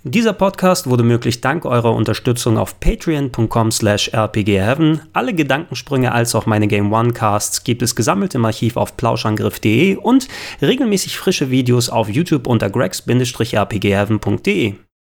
Dieser Podcast wurde möglich dank eurer Unterstützung auf patreon.com/rpgheaven. Alle Gedankensprünge als auch meine Game One Casts gibt es gesammelt im Archiv auf plauschangriff.de und regelmäßig frische Videos auf YouTube unter gregs-rpgheaven.de.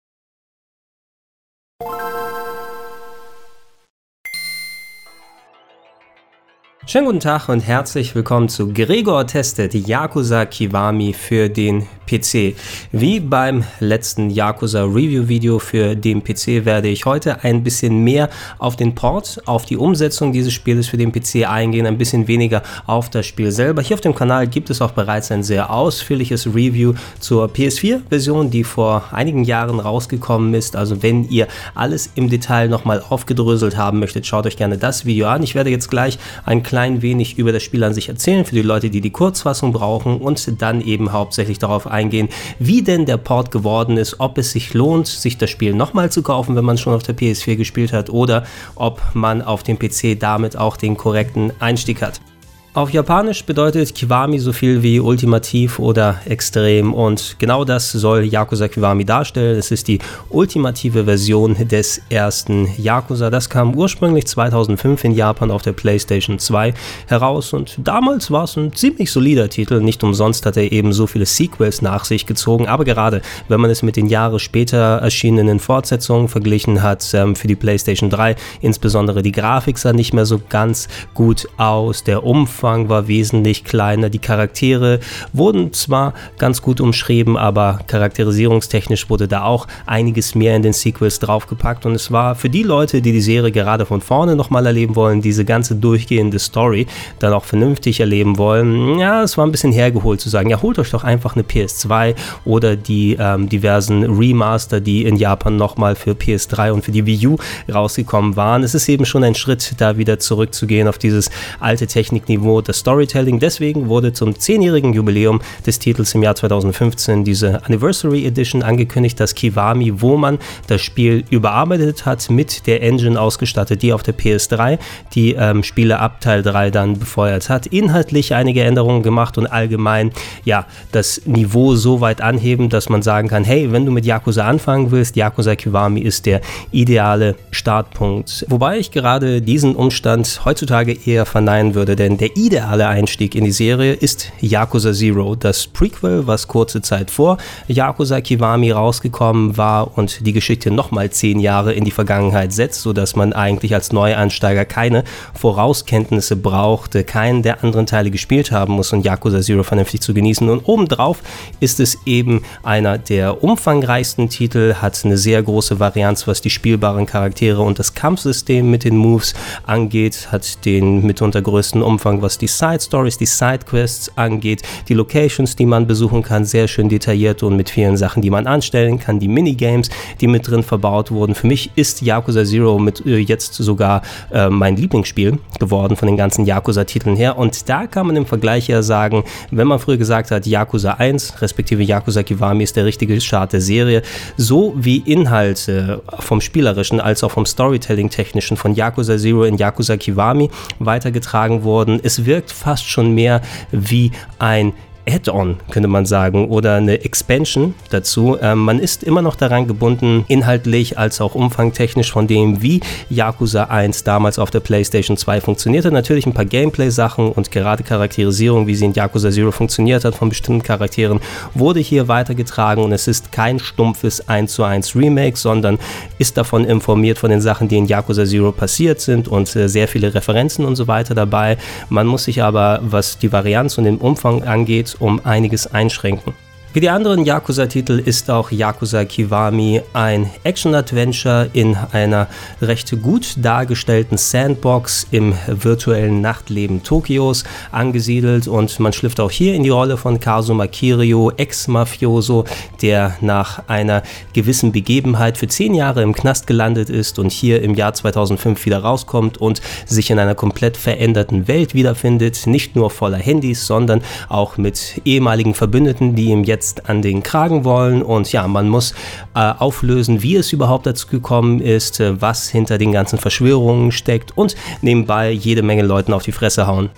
Schönen guten Tag und herzlich willkommen zu Gregor testet Yakuza Kiwami für den PC. Wie beim letzten Yakuza Review Video für den PC werde ich heute ein bisschen mehr auf den Port, auf die Umsetzung dieses Spieles für den PC eingehen, ein bisschen weniger auf das Spiel selber. Hier auf dem Kanal gibt es auch bereits ein sehr ausführliches Review zur PS4-Version, die vor einigen Jahren rausgekommen ist. Also wenn ihr alles im Detail nochmal aufgedröselt haben möchtet, schaut euch gerne das Video an. Ich werde jetzt gleich ein klein wenig über das Spiel an sich erzählen, für die Leute, die die Kurzfassung brauchen, und dann eben hauptsächlich darauf eingehen, wie denn der Port geworden ist, ob es sich lohnt, sich das Spiel nochmal zu kaufen, wenn man schon auf der PS4 gespielt hat, oder ob man auf dem PC damit auch den korrekten Einstieg hat. Auf Japanisch bedeutet Kiwami so viel wie ultimativ oder extrem, und genau das soll Yakuza Kiwami darstellen. Es ist die ultimative Version des ersten Yakuza. Das kam ursprünglich 2005 in Japan auf der PlayStation 2 heraus, und damals war es ein ziemlich solider Titel. Nicht umsonst hat er eben so viele Sequels nach sich gezogen, aber gerade wenn man es mit den Jahre später erschienenen Fortsetzungen verglichen hat, für die PlayStation 3, insbesondere die Grafik sah nicht mehr so ganz gut aus, der Umfang war wesentlich kleiner, die Charaktere wurden zwar ganz gut umschrieben, aber charakterisierungstechnisch wurde da auch einiges mehr in den Sequels draufgepackt, und es war für die Leute, die die Serie gerade von vorne nochmal erleben wollen, diese ganze durchgehende Story dann auch vernünftig erleben wollen, ja, es war ein bisschen hergeholt zu sagen, ja, holt euch doch einfach eine PS2 oder die diversen Remaster, die in Japan nochmal für PS3 und für die Wii U rausgekommen waren. Es ist eben schon ein Schritt, da wieder zurückzugehen auf dieses alte Technikniveau, das Storytelling. Deswegen wurde zum 10-jährigen Jubiläum des Titels im Jahr 2015 diese Anniversary Edition angekündigt, das Kiwami, wo man das Spiel überarbeitet hat, mit der Engine ausgestattet, die auf der PS3 die Spiele ab Teil 3 dann befeuert hat. Inhaltlich einige Änderungen gemacht und allgemein, ja, das Niveau so weit anheben, dass man sagen kann, hey, wenn du mit Yakuza anfangen willst, Yakuza Kiwami ist der ideale Startpunkt. Wobei ich gerade diesen Umstand heutzutage eher verneinen würde, denn der ideale Einstieg in die Serie ist Yakuza Zero, das Prequel, was kurze Zeit vor Yakuza Kiwami rausgekommen war und die Geschichte nochmal 10 Jahre in die Vergangenheit setzt, sodass man eigentlich als Neueinsteiger keine Vorauskenntnisse braucht, keinen der anderen Teile gespielt haben muss, um Yakuza Zero vernünftig zu genießen. Und obendrauf ist es eben einer der umfangreichsten Titel, hat eine sehr große Varianz, was die spielbaren Charaktere und das Kampfsystem mit den Moves angeht, hat den mitunter größten Umfang, was die Side-Stories, die Side-Quests angeht, die Locations, die man besuchen kann, sehr schön detailliert und mit vielen Sachen, die man anstellen kann, die Minigames, die mit drin verbaut wurden. Für mich ist Yakuza Zero mit jetzt sogar mein Lieblingsspiel geworden von den ganzen Yakuza-Titeln her, und da kann man im Vergleich ja sagen, wenn man früher gesagt hat, Yakuza 1 respektive Yakuza Kiwami ist der richtige Start der Serie, so wie Inhalte vom Spielerischen als auch vom Storytelling-Technischen von Yakuza Zero in Yakuza Kiwami weitergetragen wurden. Es wirkt fast schon mehr wie ein Add-on, könnte man sagen, oder eine Expansion dazu. Man ist immer noch daran gebunden, inhaltlich als auch umfangtechnisch von dem, wie Yakuza 1 damals auf der PlayStation 2 funktionierte. Natürlich ein paar Gameplay-Sachen und gerade Charakterisierung, wie sie in Yakuza Zero funktioniert hat von bestimmten Charakteren, wurde hier weitergetragen, und es ist kein stumpfes 1:1 Remake, sondern ist davon informiert von den Sachen, die in Yakuza Zero passiert sind, und sehr viele Referenzen und so weiter dabei. Man muss sich aber, was die Varianz und den Umfang angeht, um einiges einschränken. Wie die anderen Yakuza-Titel ist auch Yakuza Kiwami ein Action-Adventure in einer recht gut dargestellten Sandbox im virtuellen Nachtleben Tokios angesiedelt, und man schlüpft auch hier in die Rolle von Kazuma Kiryu, Ex-Mafioso, der nach einer gewissen Begebenheit für 10 Jahre im Knast gelandet ist und hier im Jahr 2005 wieder rauskommt und sich in einer komplett veränderten Welt wiederfindet, nicht nur voller Handys, sondern auch mit ehemaligen Verbündeten, die ihm jetzt an den Kragen wollen, und ja, man muss auflösen, wie es überhaupt dazu gekommen ist, was hinter den ganzen Verschwörungen steckt, und nebenbei jede Menge Leuten auf die Fresse hauen.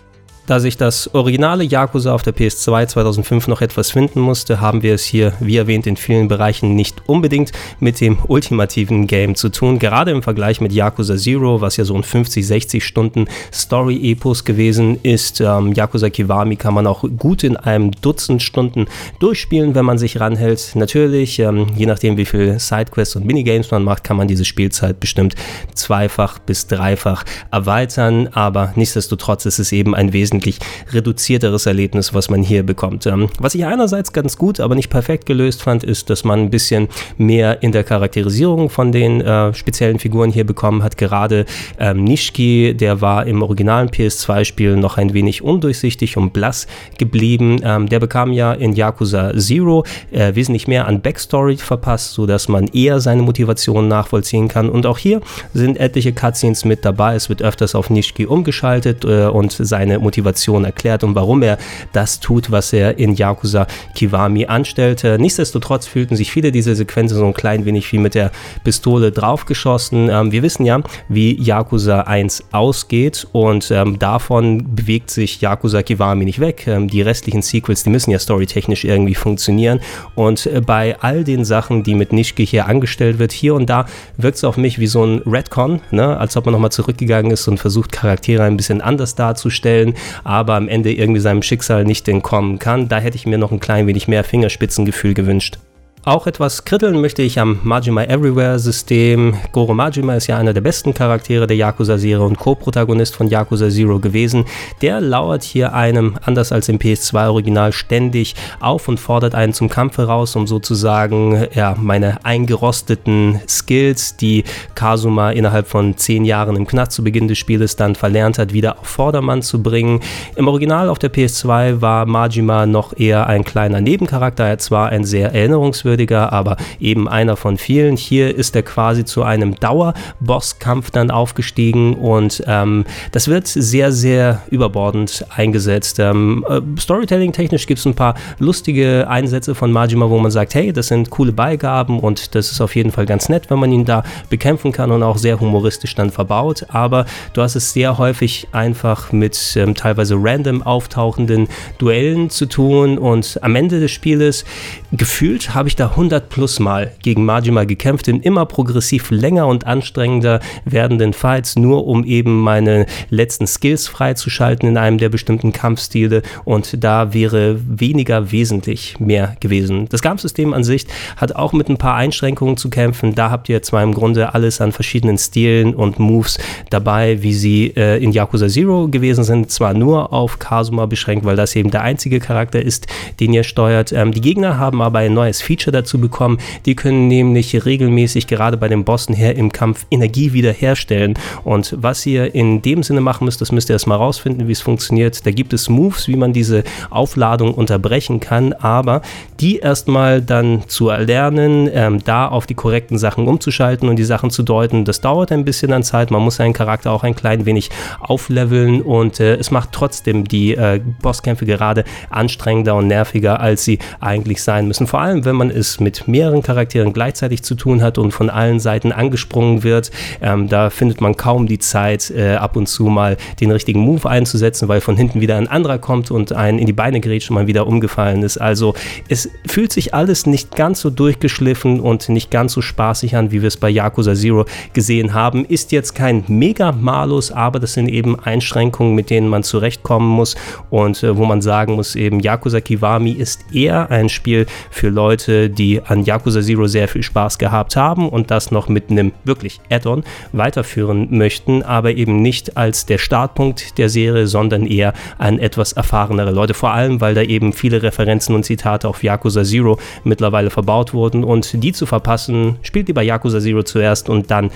Da sich das originale Yakuza auf der PS2 2005 noch etwas finden musste, haben wir es hier, wie erwähnt, in vielen Bereichen nicht unbedingt mit dem ultimativen Game zu tun. Gerade im Vergleich mit Yakuza Zero, was ja so ein 50-60 Stunden Story-Epos gewesen ist. Yakuza Kiwami kann man auch gut in einem Dutzend Stunden durchspielen, wenn man sich ranhält. Natürlich, je nachdem wie viel Sidequests und Minigames man macht, kann man diese Spielzeit bestimmt zweifach bis dreifach erweitern, aber nichtsdestotrotz ist es eben ein wesentlich reduzierteres Erlebnis, was man hier bekommt. Was ich einerseits ganz gut, aber nicht perfekt gelöst fand, ist, dass man ein bisschen mehr in der Charakterisierung von den speziellen Figuren hier bekommen hat. Gerade Nishiki, der war im originalen PS2-Spiel noch ein wenig undurchsichtig und blass geblieben. Der bekam ja in Yakuza Zero wesentlich mehr an Backstory verpasst, sodass man eher seine Motivation nachvollziehen kann. Und auch hier sind etliche Cutscenes mit dabei. Es wird öfters auf Nishiki umgeschaltet und seine Motivation erklärt und warum er das tut, was er in Yakuza Kiwami anstellte. Nichtsdestotrotz fühlten sich viele dieser Sequenzen so ein klein wenig wie mit der Pistole draufgeschossen. Wir wissen ja, wie Yakuza 1 ausgeht und davon bewegt sich Yakuza Kiwami nicht weg. Die restlichen Sequels, die müssen ja storytechnisch irgendwie funktionieren und bei all den Sachen, die mit Nishiki hier angestellt wird, hier und da wirkt es auf mich wie so ein Retcon, ne? Als ob man nochmal zurückgegangen ist und versucht, Charaktere ein bisschen anders darzustellen, aber am Ende irgendwie seinem Schicksal nicht entkommen kann. Da hätte ich mir noch ein klein wenig mehr Fingerspitzengefühl gewünscht. Auch etwas kritteln möchte ich am Majima Everywhere System. Goro Majima ist ja einer der besten Charaktere der Yakuza-Serie und Co-Protagonist von Yakuza Zero gewesen. Der lauert hier einem, anders als im PS2-Original, ständig auf und fordert einen zum Kampf heraus, um sozusagen meine eingerosteten Skills, die Kazuma innerhalb von 10 Jahren im Knast zu Beginn des Spieles dann verlernt hat, wieder auf Vordermann zu bringen. Im Original auf der PS2 war Majima noch eher ein kleiner Nebencharakter. Er zwar ein sehr erinnerungswürdiger, aber eben einer von vielen. Hier ist er quasi zu einem Dauer-Bosskampf dann aufgestiegen und das wird sehr, sehr überbordend eingesetzt. Storytelling-technisch gibt es ein paar lustige Einsätze von Majima, wo man sagt, hey, das sind coole Beigaben und das ist auf jeden Fall ganz nett, wenn man ihn da bekämpfen kann und auch sehr humoristisch dann verbaut, aber du hast es sehr häufig einfach mit teilweise random auftauchenden Duellen zu tun und am Ende des Spieles gefühlt habe ich da 100 plus Mal gegen Majima gekämpft in immer progressiv länger und anstrengender werdenden Fights, nur um eben meine letzten Skills freizuschalten in einem der bestimmten Kampfstile und da wäre weniger wesentlich mehr gewesen. Das Kampfsystem an sich hat auch mit ein paar Einschränkungen zu kämpfen. Da habt ihr zwar im Grunde alles an verschiedenen Stilen und Moves dabei, wie sie in Yakuza Zero gewesen sind, zwar nur auf Kazuma beschränkt, weil das eben der einzige Charakter ist, den ihr steuert. Die Gegner haben aber ein neues Feature dazu bekommen. Die können nämlich regelmäßig gerade bei den Bossen her im Kampf Energie wiederherstellen. Und was ihr in dem Sinne machen müsst, das müsst ihr erstmal rausfinden, wie es funktioniert. Da gibt es Moves, wie man diese Aufladung unterbrechen kann, aber die erstmal dann zu erlernen, da auf die korrekten Sachen umzuschalten und die Sachen zu deuten, das dauert ein bisschen an Zeit. Man muss seinen Charakter auch ein klein wenig aufleveln und es macht trotzdem die Bosskämpfe gerade anstrengender und nerviger, als sie eigentlich sein müssen. Vor allem, wenn man es mit mehreren Charakteren gleichzeitig zu tun hat und von allen Seiten angesprungen wird, da findet man kaum die Zeit, ab und zu mal den richtigen Move einzusetzen, weil von hinten wieder ein anderer kommt und einen in die Beine grätscht und man wieder umgefallen ist. Also es fühlt sich alles nicht ganz so durchgeschliffen und nicht ganz so spaßig an, wie wir es bei Yakuza Zero gesehen haben. Ist jetzt kein Mega-Malus, aber das sind eben Einschränkungen, mit denen man zurechtkommen muss und wo man sagen muss, eben Yakuza Kiwami ist eher ein Spiel für Leute, die an Yakuza Zero sehr viel Spaß gehabt haben und das noch mit einem wirklich Add-on weiterführen möchten, aber eben nicht als der Startpunkt der Serie, sondern eher an etwas erfahrenere Leute, vor allem, weil da eben viele Referenzen und Zitate auf Yakuza Zero mittlerweile verbaut wurden und die zu verpassen, spielt lieber Yakuza Zero zuerst und dann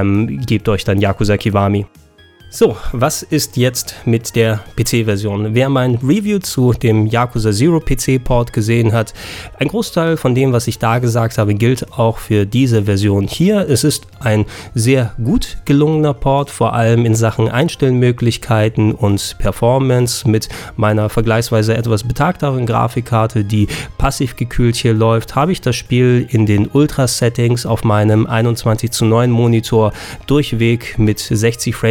gebt euch dann Yakuza Kiwami. So, was ist jetzt mit der PC-Version? Wer mein Review zu dem Yakuza Zero PC-Port gesehen hat, ein Großteil von dem, was ich da gesagt habe, gilt auch für diese Version hier. Es ist ein sehr gut gelungener Port, vor allem in Sachen Einstellmöglichkeiten und Performance mit meiner vergleichsweise etwas betagteren Grafikkarte, die passiv gekühlt hier läuft, habe ich das Spiel in den Ultra-Settings auf meinem 21:9 Monitor durchweg mit 60 Frames respektive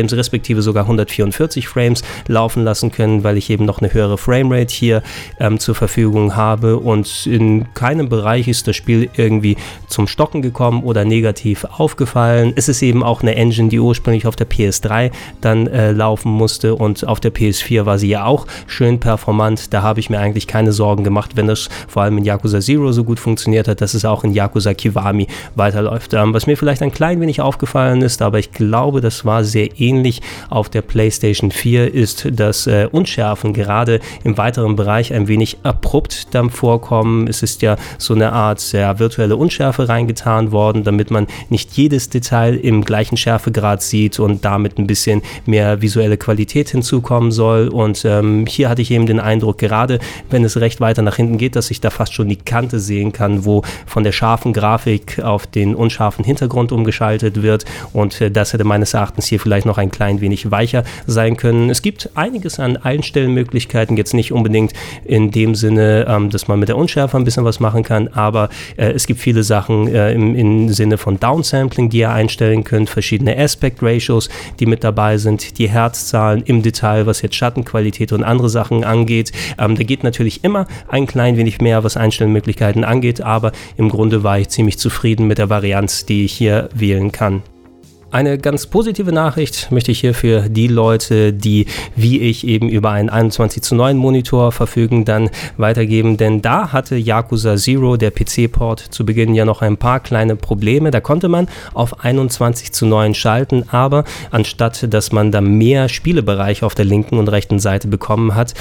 Perspektive sogar 144 Frames laufen lassen können, weil ich eben noch eine höhere Framerate hier zur Verfügung habe, und in keinem Bereich ist das Spiel irgendwie zum Stocken gekommen oder negativ aufgefallen. Es ist eben auch eine Engine, die ursprünglich auf der PS3 dann laufen musste, und auf der PS4 war sie ja auch schön performant. Da habe ich mir eigentlich keine Sorgen gemacht, wenn das vor allem in Yakuza Zero so gut funktioniert hat, dass es auch in Yakuza Kiwami weiterläuft. Was mir vielleicht ein klein wenig aufgefallen ist, aber ich glaube, das war sehr ähnlich auf der PlayStation 4, ist, dass Unschärfen gerade im weiteren Bereich ein wenig abrupt dann vorkommen. Es ist ja so eine Art virtuelle Unschärfe reingetan worden, damit man nicht jedes Detail im gleichen Schärfegrad sieht und damit ein bisschen mehr visuelle Qualität hinzukommen soll. Und hier hatte ich eben den Eindruck, gerade wenn es recht weiter nach hinten geht, dass ich da fast schon die Kante sehen kann, wo von der scharfen Grafik auf den unscharfen Hintergrund umgeschaltet wird, und das hätte meines Erachtens hier vielleicht noch ein klein wenig weicher sein können. Es gibt einiges an Einstellmöglichkeiten, jetzt nicht unbedingt in dem Sinne, dass man mit der Unschärfe ein bisschen was machen kann, aber es gibt viele Sachen im Sinne von Downsampling, die ihr einstellen könnt, verschiedene Aspect Ratios, die mit dabei sind, die Herzzahlen im Detail, was jetzt Schattenqualität und andere Sachen angeht. Da geht natürlich immer ein klein wenig mehr, was Einstellmöglichkeiten angeht, aber im Grunde war ich ziemlich zufrieden mit der Varianz, die ich hier wählen kann. Eine ganz positive Nachricht möchte ich hier für die Leute, die wie ich eben über einen 21:9 Monitor verfügen, dann weitergeben, denn da hatte Yakuza Zero, der PC-Port, zu Beginn ja noch ein paar kleine Probleme. Da konnte man auf 21:9 schalten, aber anstatt dass man da mehr Spielebereich auf der linken und rechten Seite bekommen hat,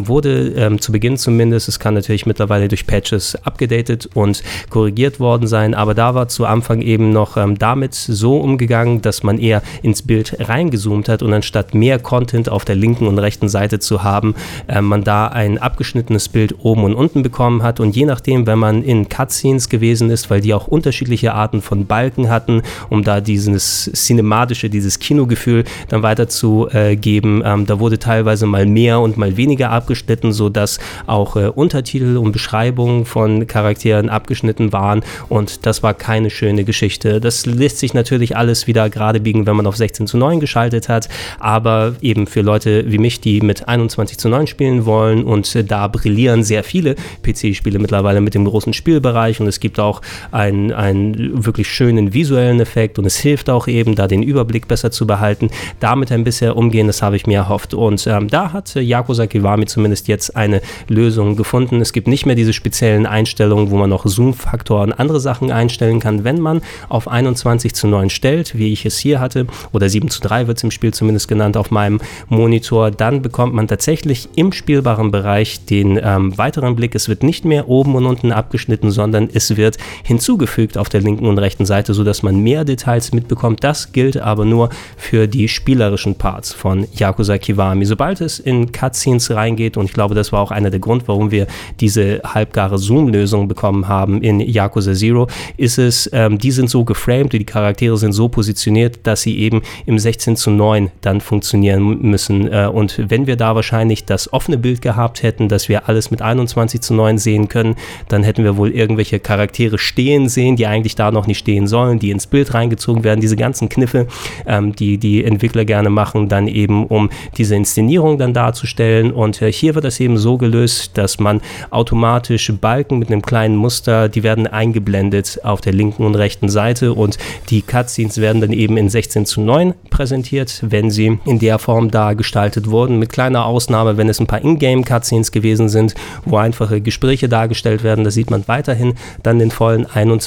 wurde zu Beginn zumindest, es kann natürlich mittlerweile durch Patches abgedatet und korrigiert worden sein, aber da war zu Anfang eben noch damit so umgegangen, dass man eher ins Bild reingezoomt hat, und anstatt mehr Content auf der linken und rechten Seite zu haben, man da ein abgeschnittenes Bild oben und unten bekommen hat, und je nachdem, wenn man in Cutscenes gewesen ist, weil die auch unterschiedliche Arten von Balken hatten, um da dieses cinematische, dieses Kinogefühl dann weiterzugeben, da wurde teilweise mal mehr und mal weniger abgeschnitten, sodass auch Untertitel und Beschreibungen von Charakteren abgeschnitten waren, und das war keine schöne Geschichte. Das lässt sich natürlich alles wieder gerade biegen, wenn man auf 16:9 geschaltet hat, aber eben für Leute wie mich, die mit 21:9 spielen wollen, und da brillieren sehr viele PC-Spiele mittlerweile mit dem großen Spielbereich, und es gibt auch einen wirklich schönen visuellen Effekt, und es hilft auch eben, da den Überblick besser zu behalten, damit ein bisschen umgehen, das habe ich mir erhofft, und da hat Yakuza Kiwami zumindest jetzt eine Lösung gefunden. Es gibt nicht mehr diese speziellen Einstellungen, wo man noch Zoom-Faktor und andere Sachen einstellen kann. Wenn man auf 21:9 stellt, wie ich es hier hatte, oder 7:3 wird es im Spiel zumindest genannt auf meinem Monitor, dann bekommt man tatsächlich im spielbaren Bereich den weiteren Blick. Es wird nicht mehr oben und unten abgeschnitten, sondern es wird hinzugefügt auf der linken und rechten Seite, sodass man mehr Details mitbekommt. Das gilt aber nur für die spielerischen Parts von Yakuza Kiwami. Sobald es in Cutscenes reingeht, und ich glaube, das war auch einer der Gründe, warum wir diese halbgare Zoom-Lösung bekommen haben in Yakuza Zero, ist es, die sind so geframed, die Charaktere sind so positioniert, dass sie eben im 16:9 dann funktionieren müssen. Und wenn wir da wahrscheinlich das offene Bild gehabt hätten, dass wir alles mit 21:9 sehen können, dann hätten wir wohl irgendwelche Charaktere stehen sehen, die eigentlich da noch nicht stehen sollen, die ins Bild reingezogen werden. Diese ganzen Kniffe, die Entwickler gerne machen, dann eben um diese Inszenierung dann darzustellen. Und hier wird das eben so gelöst, dass man automatisch Balken mit einem kleinen Muster, die werden eingeblendet auf der linken und rechten Seite, und die Cutscenes werden dann eben in 16:9 präsentiert, wenn sie in der Form da gestaltet wurden, mit kleiner Ausnahme, wenn es ein paar Ingame-Cutscenes gewesen sind, wo einfache Gespräche dargestellt werden, da sieht man weiterhin dann den vollen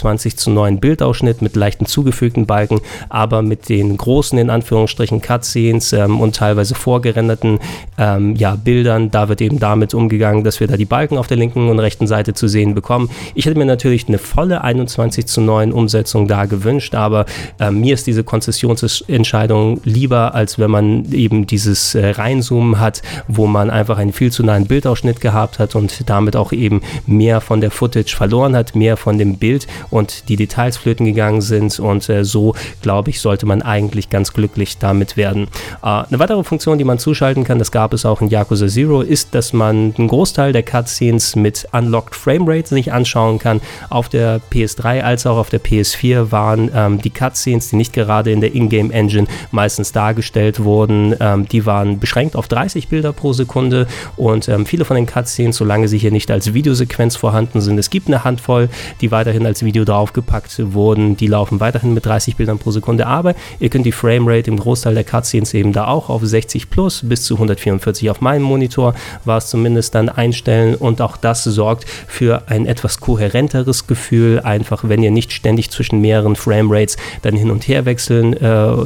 21:9 Bildausschnitt mit leichten zugefügten Balken, aber mit den großen, in Anführungsstrichen, Cutscenes und teilweise vorgerenderten Bildern, da wird eben damit umgegangen, dass wir da die Balken auf der linken und rechten Seite zu sehen bekommen. Ich hätte mir natürlich eine volle 21:9 Umsetzung da gewünscht, aber mir ist diese Konzessionsentscheidung lieber, als wenn man eben dieses Reinzoomen hat, wo man einfach einen viel zu nahen Bildausschnitt gehabt hat und damit auch eben mehr von der Footage verloren hat, mehr von dem Bild und die Details flöten gegangen sind, und so, glaube ich, sollte man eigentlich ganz glücklich damit werden. Eine weitere Funktion, die man zuschalten kann, das gab es auch in Yakuza Zero, ist, dass man einen Großteil der Cutscenes mit Unlocked Framerate sich anschauen kann. Auf der PS3 als auch auf der PS4 waren die Cutscenes, die nicht gerade in der Ingame-Engine meistens dargestellt wurden, die waren beschränkt auf 30 Bilder pro Sekunde und viele von den Cutscenes, solange sie hier nicht als Videosequenz vorhanden sind, es gibt eine Handvoll, die weiterhin als Video draufgepackt wurden, die laufen weiterhin mit 30 Bildern pro Sekunde, aber ihr könnt die Framerate im Großteil der Cutscenes eben da auch auf 60 plus bis zu 144 auf meinem Monitor war es zumindest dann einstellen und auch das sorgt für ein etwas kohärenteres Gefühl, einfach wenn ihr nicht ständig zwischen mehreren Framerates dann hin und her wechseln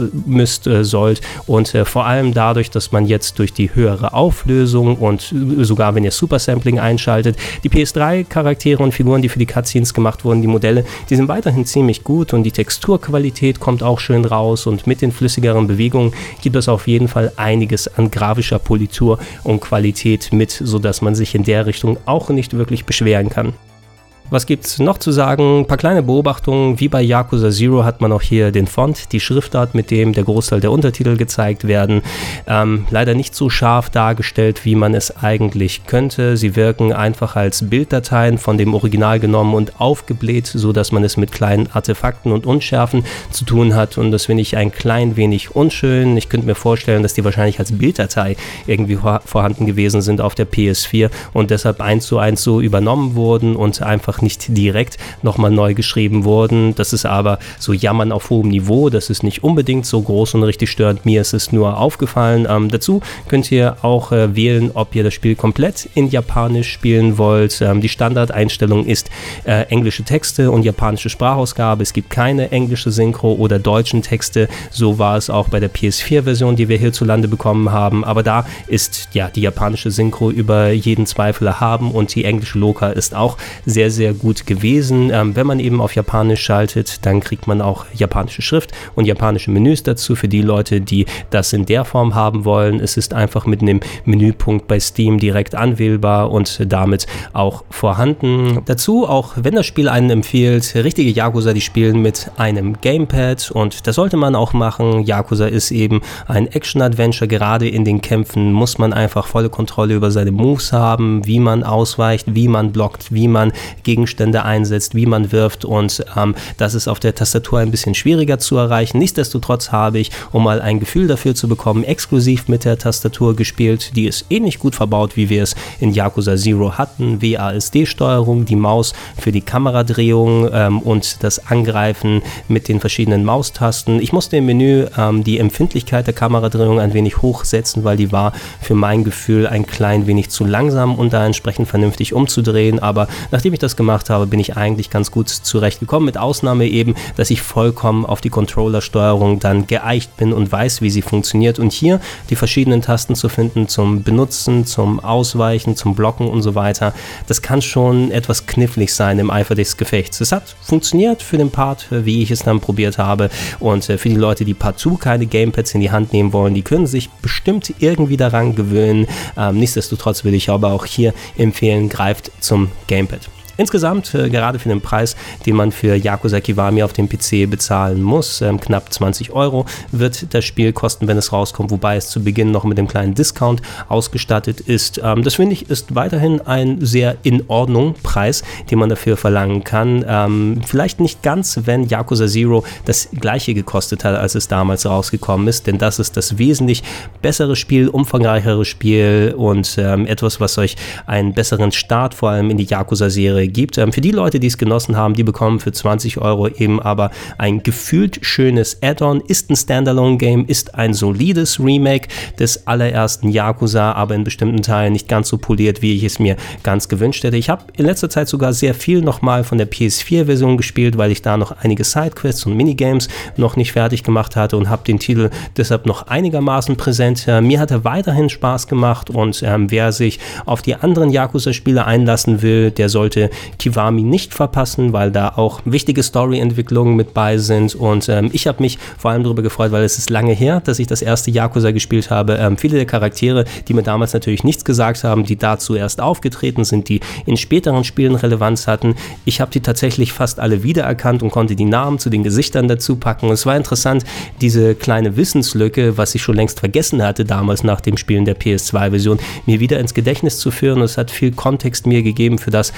sollt und vor allem dadurch, dass man jetzt durch die höhere Auflösung und sogar wenn ihr Super Sampling einschaltet, die PS3-Charaktere und Figuren, die für die Cutscenes gemacht wurden, die Modelle, die sind weiterhin ziemlich gut und die Texturqualität kommt auch schön raus und mit den flüssigeren Bewegungen gibt es auf jeden Fall einiges an grafischer Politur und Qualität mit, sodass man sich in der Richtung auch nicht wirklich beschweren kann. Was gibt's noch zu sagen? Ein paar kleine Beobachtungen. Wie bei Yakuza Zero hat man auch hier den Font, die Schriftart, mit dem der Großteil der Untertitel gezeigt werden. Leider nicht so scharf dargestellt, wie man es eigentlich könnte. Sie wirken einfach als Bilddateien von dem Original genommen und aufgebläht, so dass man es mit kleinen Artefakten und Unschärfen zu tun hat. Und das finde ich ein klein wenig unschön. Ich könnte mir vorstellen, dass die wahrscheinlich als Bilddatei irgendwie vorhanden gewesen sind auf der PS4 und deshalb 1:1 so übernommen wurden und einfach nicht direkt nochmal neu geschrieben wurden. Das ist aber so Jammern auf hohem Niveau. Das ist nicht unbedingt so groß und richtig störend. Mir ist es nur aufgefallen. Dazu könnt ihr auch wählen, ob ihr das Spiel komplett in Japanisch spielen wollt. Die Standardeinstellung ist englische Texte und japanische Sprachausgabe. Es gibt keine englische Synchro oder deutschen Texte. So war es auch bei der PS4-Version, die wir hierzulande bekommen haben. Aber da ist ja die japanische Synchro über jeden Zweifel erhaben und die englische Loka ist auch sehr, sehr gut gewesen. Wenn man eben auf Japanisch schaltet, dann kriegt man auch japanische Schrift und japanische Menüs dazu für die Leute, die das in der Form haben wollen. Es ist einfach mit einem Menüpunkt bei Steam direkt anwählbar und damit auch vorhanden. Dazu, auch wenn das Spiel einen empfiehlt, richtige Yakuza, die spielen mit einem Gamepad und das sollte man auch machen. Yakuza ist eben ein Action-Adventure. Gerade in den Kämpfen muss man einfach volle Kontrolle über seine Moves haben, wie man ausweicht, wie man blockt, wie man Gegenstände einsetzt, wie man wirft und das ist auf der Tastatur ein bisschen schwieriger zu erreichen. Nichtsdestotrotz habe ich, um mal ein Gefühl dafür zu bekommen, exklusiv mit der Tastatur gespielt. Die ist ähnlich gut verbaut, wie wir es in Yakuza Zero hatten. WASD-Steuerung, die Maus für die Kameradrehung und das Angreifen mit den verschiedenen Maustasten. Ich musste im Menü die Empfindlichkeit der Kameradrehung ein wenig hochsetzen, weil die war für mein Gefühl ein klein wenig zu langsam, um da entsprechend vernünftig umzudrehen, aber nachdem ich das gemacht habe, bin ich eigentlich ganz gut zurechtgekommen, mit Ausnahme eben, dass ich vollkommen auf die Controller-Steuerung dann geeicht bin und weiß, wie sie funktioniert und hier die verschiedenen Tasten zu finden zum Benutzen, zum Ausweichen, zum Blocken und so weiter, das kann schon etwas knifflig sein im Eifer des Gefechts. Es hat funktioniert für den Part, wie ich es dann probiert habe und für die Leute, die partout keine Gamepads in die Hand nehmen wollen, die können sich bestimmt irgendwie daran gewöhnen. Nichtsdestotrotz würde ich aber auch hier empfehlen, greift zum Gamepad. Insgesamt, gerade für den Preis, den man für Yakuza Kiwami auf dem PC bezahlen muss, knapp 20 €, wird das Spiel kosten, wenn es rauskommt, wobei es zu Beginn noch mit einem kleinen Discount ausgestattet ist. Das finde ich ist weiterhin ein sehr in Ordnung Preis, den man dafür verlangen kann. Vielleicht nicht ganz, wenn Yakuza Zero das gleiche gekostet hat, als es damals rausgekommen ist, denn das ist das wesentlich bessere Spiel, umfangreichere Spiel und etwas, was euch einen besseren Start vor allem in die Yakuza-Serie gibt. Für die Leute, die es genossen haben, die bekommen für 20 € eben aber ein gefühlt schönes Add-on, ist ein Standalone-Game, ist ein solides Remake des allerersten Yakuza, aber in bestimmten Teilen nicht ganz so poliert, wie ich es mir ganz gewünscht hätte. Ich habe in letzter Zeit sogar sehr viel nochmal von der PS4-Version gespielt, weil ich da noch einige Sidequests und Minigames noch nicht fertig gemacht hatte und habe den Titel deshalb noch einigermaßen präsent. Mir hat er weiterhin Spaß gemacht und wer sich auf die anderen Yakuza-Spiele einlassen will, der sollte Kiwami nicht verpassen, weil da auch wichtige Story-Entwicklungen mit bei sind und ich habe mich vor allem darüber gefreut, weil es ist lange her, dass ich das erste Yakuza gespielt habe. Viele der Charaktere, die mir damals natürlich nichts gesagt haben, die dazu erst aufgetreten sind, die in späteren Spielen Relevanz hatten, ich habe die tatsächlich fast alle wiedererkannt und konnte die Namen zu den Gesichtern dazu packen. Es war interessant, diese kleine Wissenslücke, was ich schon längst vergessen hatte damals nach dem Spielen der PS2-Version, mir wieder ins Gedächtnis zu führen. Es hat viel Kontext mir gegeben für das, was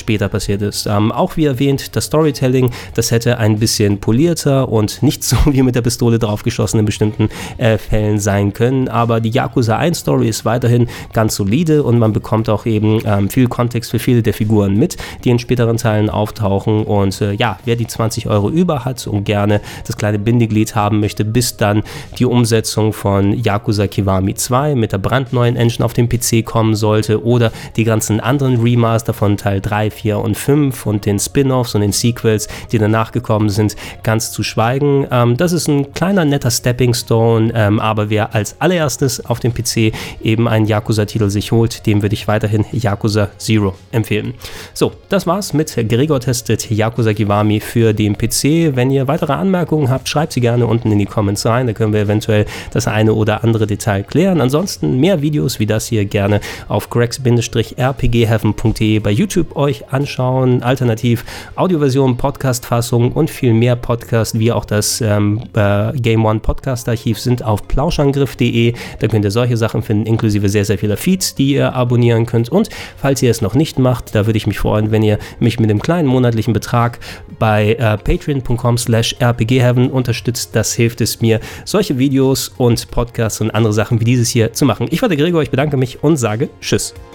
später passiert ist. Auch wie erwähnt, das Storytelling, das hätte ein bisschen polierter und nicht so wie mit der Pistole draufgeschossen in bestimmten Fällen sein können, aber die Yakuza 1 Story ist weiterhin ganz solide und man bekommt auch eben viel Kontext für viele der Figuren mit, die in späteren Teilen auftauchen und wer die 20 € über hat und gerne das kleine Bindeglied haben möchte, bis dann die Umsetzung von Yakuza Kiwami 2 mit der brandneuen Engine auf dem PC kommen sollte oder die ganzen anderen Remaster von Teil 3, 4 und 5 und den Spin-Offs und den Sequels, die danach gekommen sind, ganz zu schweigen. Das ist ein kleiner netter Stepping Stone, aber wer als allererstes auf dem PC eben einen Yakuza-Titel sich holt, dem würde ich weiterhin Yakuza 0 empfehlen. So, das war's mit Gregor testet Yakuza Kiwami für den PC. Wenn ihr weitere Anmerkungen habt, schreibt sie gerne unten in die Comments rein, da können wir eventuell das eine oder andere Detail klären. Ansonsten mehr Videos wie das hier gerne auf gregs-rpgheaven.de bei YouTube euch anschauen, alternativ Audioversion, Podcast-Fassung und viel mehr Podcasts wie auch das Game One Podcast-Archiv sind auf plauschangriff.de, da könnt ihr solche Sachen finden, inklusive sehr, sehr vieler Feeds, die ihr abonnieren könnt und falls ihr es noch nicht macht, da würde ich mich freuen, wenn ihr mich mit einem kleinen monatlichen Betrag bei patreon.com/rpgheaven unterstützt, das hilft es mir, solche Videos und Podcasts und andere Sachen wie dieses hier zu machen. Ich war der Gregor, ich bedanke mich und sage Tschüss.